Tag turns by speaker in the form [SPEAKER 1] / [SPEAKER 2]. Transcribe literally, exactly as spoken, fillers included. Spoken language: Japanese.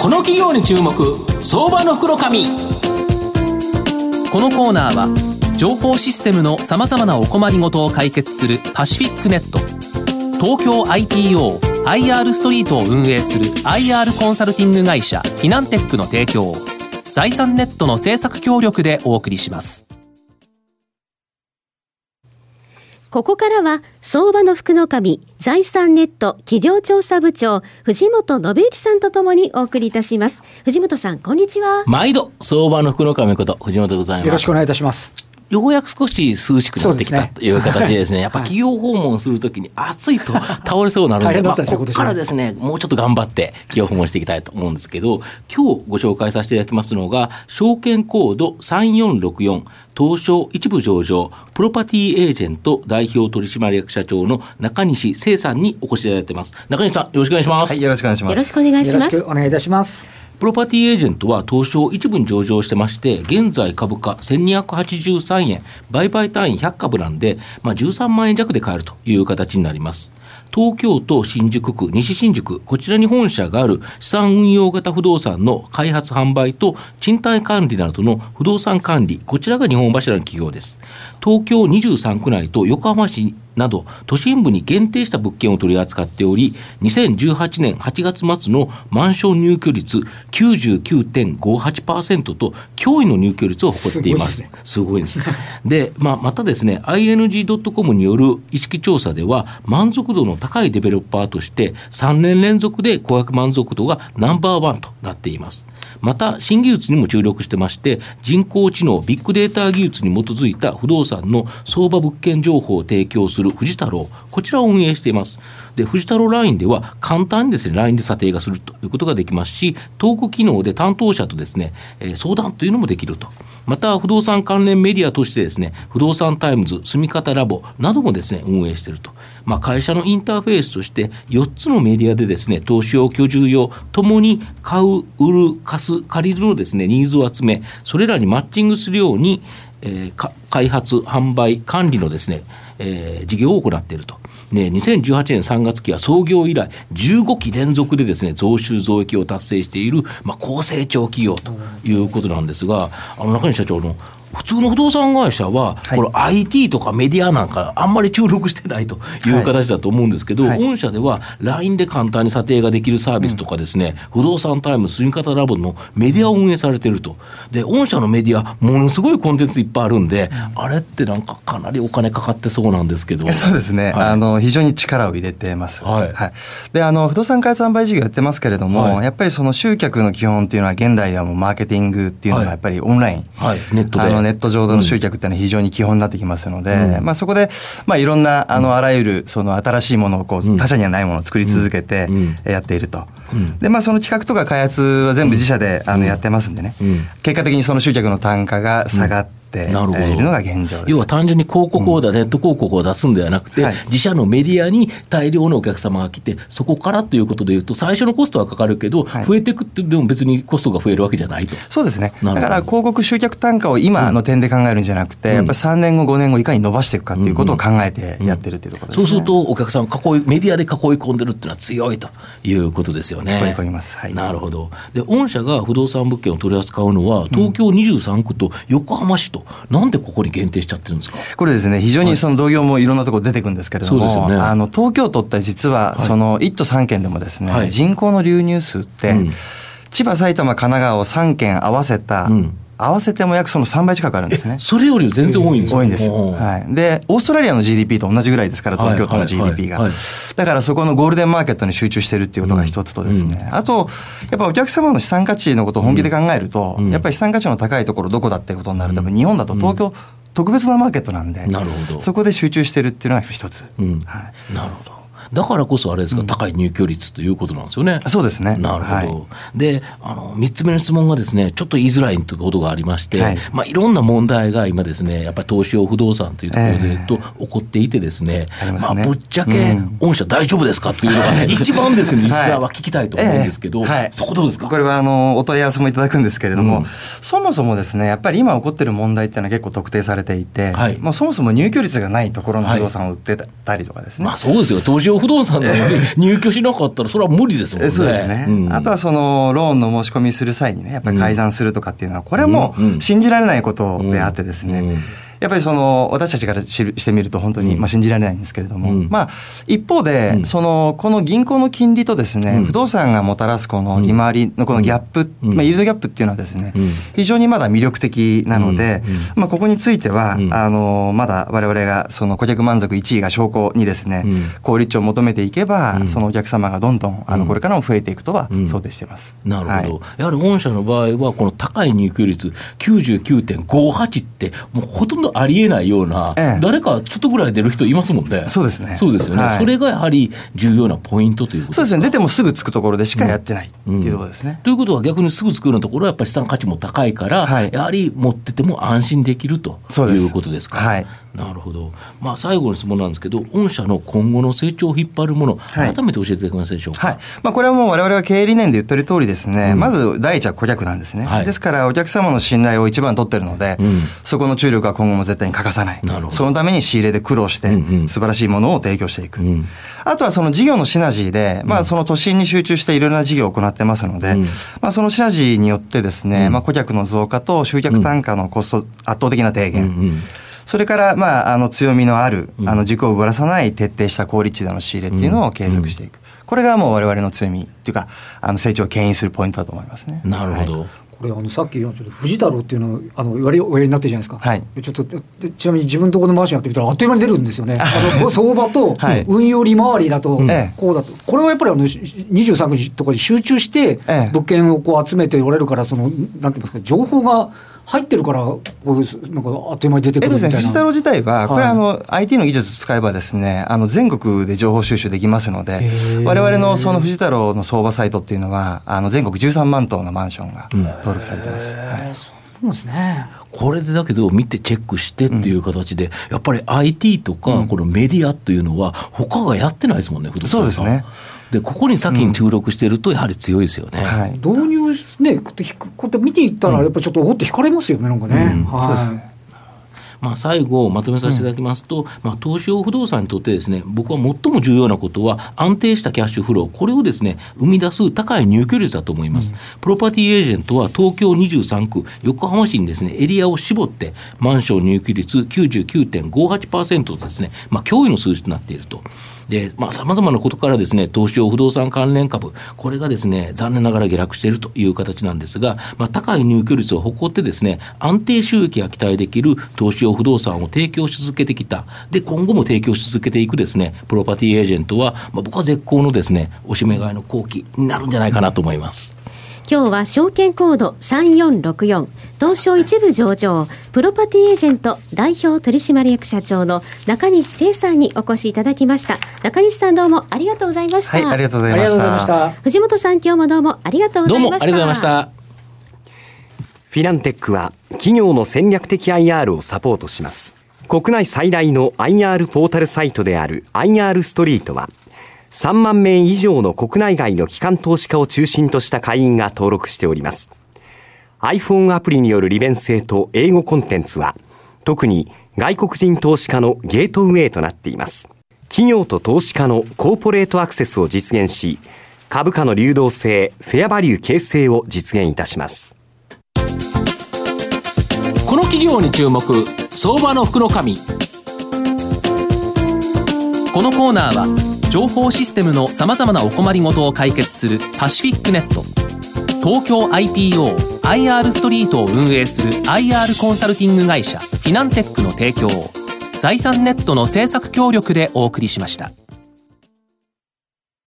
[SPEAKER 1] この企業に注目、相場の袋紙。
[SPEAKER 2] このコーナーは情報システムのさまざまなお困りごとを解決するパシフィックネット、東京 アイピーオー アイアール ストリートを運営する アイアール コンサルティング会社フィナンテックの提供を財産ネットの制作協力でお送りします。
[SPEAKER 3] ここからは相場の福の神、財産ネット企業調査部長藤本信之さんとともにお送りいたします。藤本さん、こんにちは。
[SPEAKER 1] 毎度相場の福の神こと藤本でございます。
[SPEAKER 4] よろしくお願いいたします。
[SPEAKER 1] ようやく少し涼しくなってきたという形でですね、やっぱ企業訪問するときに暑いと倒れそうになるので、まあ、ここからですね、もうちょっと頑張って企業訪問していきたいと思うんですけど、今日ご紹介させていただきますのが、証券コードさんよんろくよん、東証一部上場、プロパティエージェント代表取締役社長の中西誠さんにお越しいただいています。中西さん、よろしくお願いします。
[SPEAKER 5] はい、よろしくお願いします。
[SPEAKER 3] よろしくお願いします。
[SPEAKER 4] よろしくお願いいたします。
[SPEAKER 1] プロパティエージェントは東証一部に上場してまして、現在株価せんにひゃくはちじゅうさんえん、売買単位ひゃくかぶなんで、まあ、じゅうさんまんえん弱で買えるという形になります。東京都新宿区、西新宿、こちらに本社がある資産運用型不動産の開発販売と賃貸管理などの不動産管理、こちらが日本柱の企業です。東京にじゅうさんく内と横浜市など都心部に限定した物件を取り扱っており、にせんじゅうはちねんはちがつ末のマンション入居率 きゅうじゅうきゅうてんごはちパーセント と驚異の入居率を誇っています。すごいですね。で、まあ、またですね アイエヌジードットコム による意識調査では、満足度の高いデベロッパーとしてさんねん連続で顧客満足度がナンバーワンとなっています。また新技術にも注力してまして、人工知能ビッグデータ技術に基づいた不動産の相場物件情報を提供する富士太郎、こちらを運営しています。で、富士太郎 ライン では簡単にですね ライン で査定がするということができますし、トーク機能で担当者とですね、えー、相談というのもできると。また不動産関連メディアとしてですね、不動産タイムズ、住み方ラボなどもですね運営していると。まあ、会社のインターフェースとしてよっつのメディアでですね、投資用居住用ともに買う、売る、貸す、借りるのですねニーズを集め、それらにマッチングするように、えー、開発、販売、管理のですね、えー、事業を行っていると。ね、にせんじゅうはちねんさんがつきは創業以来じゅうごき連続でですね増収増益を達成している、まあ、高成長企業ということなんですが、あの中西社長の普通の不動産会社は、はい、これ アイティー とかメディアなんかあんまり注力してないという形だと思うんですけど、はいはい、御社では ライン で簡単に査定ができるサービスとかですね、うん、不動産タイム住み方ラボのメディアを運営されていると。で、御社のメディアものすごいコンテンツいっぱいあるんで、うん、あれってなんかかなりお金かかってそうなんですけど。
[SPEAKER 5] そうですね、はい、あの非常に力を入れてます、はいはい、であの不動産開発販売事業やってますけれども、はい、やっぱりその集客の基本っていうのは現代ではもうマーケティングっていうのがやっぱりオンライン、はいはい、ネットであのネット上での集客っていうのは非常に基本になってきますので、うん、まあ、そこで、まあ、いろんなあのあらゆるその新しいものをこう他社にはないものを作り続けてやっていると、うん、でまあ、その企画とか開発は全部自社であのやってますんでね、うん、結果的にその集客の単価が下がって、いるのが現状です。
[SPEAKER 1] 要は単純に広告をだ、うん、ネット広告を出すんではなくて、はい、自社のメディアに大量のお客様が来て、そこからということでいうと最初のコストはかかるけど、はい、増えていくってでも別にコストが増えるわけじゃないと。
[SPEAKER 5] そうですね。だから広告集客単価を今の点で考えるんじゃなくて、うん、やっぱりさんねんごごねんごいかに伸ばしていくかということを考えてやってるというところですね、
[SPEAKER 1] うんうん、そうするとお客さんを囲いメディアで囲い込んでるっていうのは強いということですよね。
[SPEAKER 5] 囲い込みます、はい、
[SPEAKER 1] なるほど。で、御社が不動産物件を取り扱うのは東京にじゅうさんくと横浜市と、うん、なんでここに限定しちゃってるんですか。
[SPEAKER 5] これですね、非常にその同業もいろんなところ出てくるんですけれども、はい、ね、あの東京都って実はそのいっ都さんけんでもですね、はい、人口の流入数って、うん、千葉、埼玉、神奈川をさんけん合わせた、うん、合わせても約そのさんばい近くあるんですね。
[SPEAKER 1] それより全然多いんですか。
[SPEAKER 5] 多いんです、はい、でオーストラリアの ジーディーピー と同じぐらいですから、東京都の ジーディーピー が、はいはいはい、だからそこのゴールデンマーケットに集中してるっていうことが一つとですね、うん、あとやっぱお客様の資産価値のことを本気で考えると、うん、やっぱり資産価値の高いところどこだっていうことになると、うん、日本だと東京、うん、特別なマーケットなんで、なるほど、そこで集中してるっていうのが一つ、うん、はい、なるほど。
[SPEAKER 1] だからこそあれですか、うん、高い入居率ということなんですよね。
[SPEAKER 5] そうですね。
[SPEAKER 1] なるほど、はい、であのみっつめの質問がですね、ちょっと言いづらいということがありまして、はい、まあ、いろんな問題が今ですね、やっぱり投資用不動産というところで言うと、えー、起こっていてですね、ありますね。まあ、ぶっちゃけ御社大丈夫ですかっていうのが、ね、一番ですね、リスナーは聞きたいと思うんですけど、はいえー、そこどうですか。
[SPEAKER 5] これはあのお問い合わせもいただくんですけれども、うん、そもそもですね、やっぱり今起こっている問題っていうのは結構特定されていて、はい、まあ、そもそも入居率がないところの不動産を売ってたりとかですね、
[SPEAKER 1] はい、まあ、そうですよ。投資用不不動産の入居しなかったらそれは無理ですもんね。
[SPEAKER 5] そうですね、うん、あとはそのローンの申し込みする際にねやっぱり改ざんするとかっていうのはこれはもう信じられないことであってですね、うんうんうん、やっぱりその私たちからしてみると本当にまあ信じられないんですけれども、うん、まあ一方でそのこの銀行の金利とですね、うん、不動産がもたらすこの利回りのこのギャップ、うん、まあイールドギャップっていうのはですね、うん、非常にまだ魅力的なので、うんうん、まあここについては、うん、あのまだ我々がその顧客満足いちいが証拠にですね、うん、効率を求めていけば、うん、そのお客様がどんどんあのこれからも増えていくとは想定しています。
[SPEAKER 1] うん、なるほど、はい、やはり御社の場合はこの高い入居率 きゅうじゅうきゅうてんごはち ってもうほとんどありえないような、ええ、誰かちょっとぐらい出る人いますもんね。
[SPEAKER 5] そうですね。
[SPEAKER 1] そうですよね、はい、それがやはり重要なポイントということですか。
[SPEAKER 5] そうですね。出てもすぐつくところでしかやってないっていうところですね、
[SPEAKER 1] うんうん、ということは逆にすぐつくようなところはやっぱり資産価値も高いから、はい、やはり持ってても安心できるということですか。
[SPEAKER 5] はい、
[SPEAKER 1] なるほど、まあ、最後の質問なんですけど御社の今後の成長を引っ張るもの、はい、改めて教えていただけますでしょうか。
[SPEAKER 5] はい、まあ、これはもう我々が経営理念で言ってる通りですね、うん、まず第一は顧客なんですね、はい、ですからお客様の信頼を一番取ってるので、うん、そこの注力は今後も絶対に欠かさない。なるほど。そのために仕入れで苦労して、うんうん、素晴らしいものを提供していく、うん、あとはその事業のシナジーで、まあ、その都心に集中していろいろな事業を行ってますので、うん、まあ、そのシナジーによってですね、うん、まあ、顧客の増加と集客単価のコスト圧倒的な低減、うんうんうん、それから、まあ、あの強みのある、あの軸をぶらさない徹底した高立地での仕入れっていうのを継続していく、うんうん、これがもう我々の強みっていうかあの成長を牽引するポイントだと思いますね。
[SPEAKER 1] なるほど、
[SPEAKER 4] はい、これあのさっきのちょっと富士太郎っていうのをあのおやりおやりになってるじゃないですか、はい、ちょっとちなみに自分のところのマンションやってみたらあっという間に出るんですよね。あの相場と運用利回りだとこうだと、これはやっぱりあのにじゅうさんくとかに集中して物件をこう集めておれるから、そのなんていうんですか、情報が入ってるからこうなんかあっという間に出てくるみたいな。
[SPEAKER 5] 富士太郎自体はこれはあの、はい、アイティー の技術使えばですね、あの全国で情報収集できますので、我々のその富士太郎の相場サイトっていうのはあの全国じゅうさんまん棟のマンションが登録されてます。はい、
[SPEAKER 4] そうですね。
[SPEAKER 1] これでだけど見てチェックしてっていう形で、うん、やっぱり アイティー とかこのメディアっていうのは他がやってないですもんね。
[SPEAKER 5] そうですね。
[SPEAKER 1] でここに先に注力してるとやはり強いですよね、うん、
[SPEAKER 4] はい、導入ね、こうやって見ていったらやっぱりちょっとおって惹かれますよね、なんかね、うん、はい、そうですね。
[SPEAKER 1] まあ、最後まとめさせていただきますと、うん、まあ、投資用不動産にとってですね、僕は最も重要なことは安定したキャッシュフロー、これをですね生み出す高い入居率だと思います、うん、プロパティエージェントは東京にじゅうさんく横浜市にですねエリアを絞ってマンション入居率 きゅうじゅうきゅうてんごはちパーセント とですね、まあ、驚異の数字となっていると。で、まあ、様々なことからですね、投資用不動産関連株、これがですね、残念ながら下落しているという形なんですが、まあ、高い入居率を誇ってですね、安定収益が期待できる投資用不動産を提供し続けてきた。で、今後も提供し続けていくですね、プロパティエージェントは、まあ、僕は絶好のですね、おしめ買いの好機になるんじゃないかなと思います。
[SPEAKER 3] 今日は証券コードさんよんろくよん東証一部上場プロパティエージェント代表取締役社長の中西誠さんにお越しいただきました。中西さんどうもありがとうございました。
[SPEAKER 5] はい、ありがとうございました。
[SPEAKER 3] 藤本さん今日もどうもありがとうございました。どうもありがとうございました。
[SPEAKER 6] フィナンテックは企業の戦略的 アイアール をサポートします。国内最大の アイアール ポータルサイトである アイアール ストリートはさんまんめい以上の国内外の機関投資家を中心とした会員が登録しております。iPhone アプリによる利便性と英語コンテンツは特に外国人投資家のゲートウェイとなっています。企業と投資家のコーポレートアクセスを実現し、株価の流動性、フェアバリュー形成を実現いたします。
[SPEAKER 1] この企業に注目、相場の福の神。
[SPEAKER 2] このコーナーは情報システムのさまざまなお困りごとを解決するパシフィックネット、東京 アイピーオー、アイアール ストリートを運営する アイアール コンサルティング会社フィナンテックの提供を財産ネットの制作協力でお送りしました。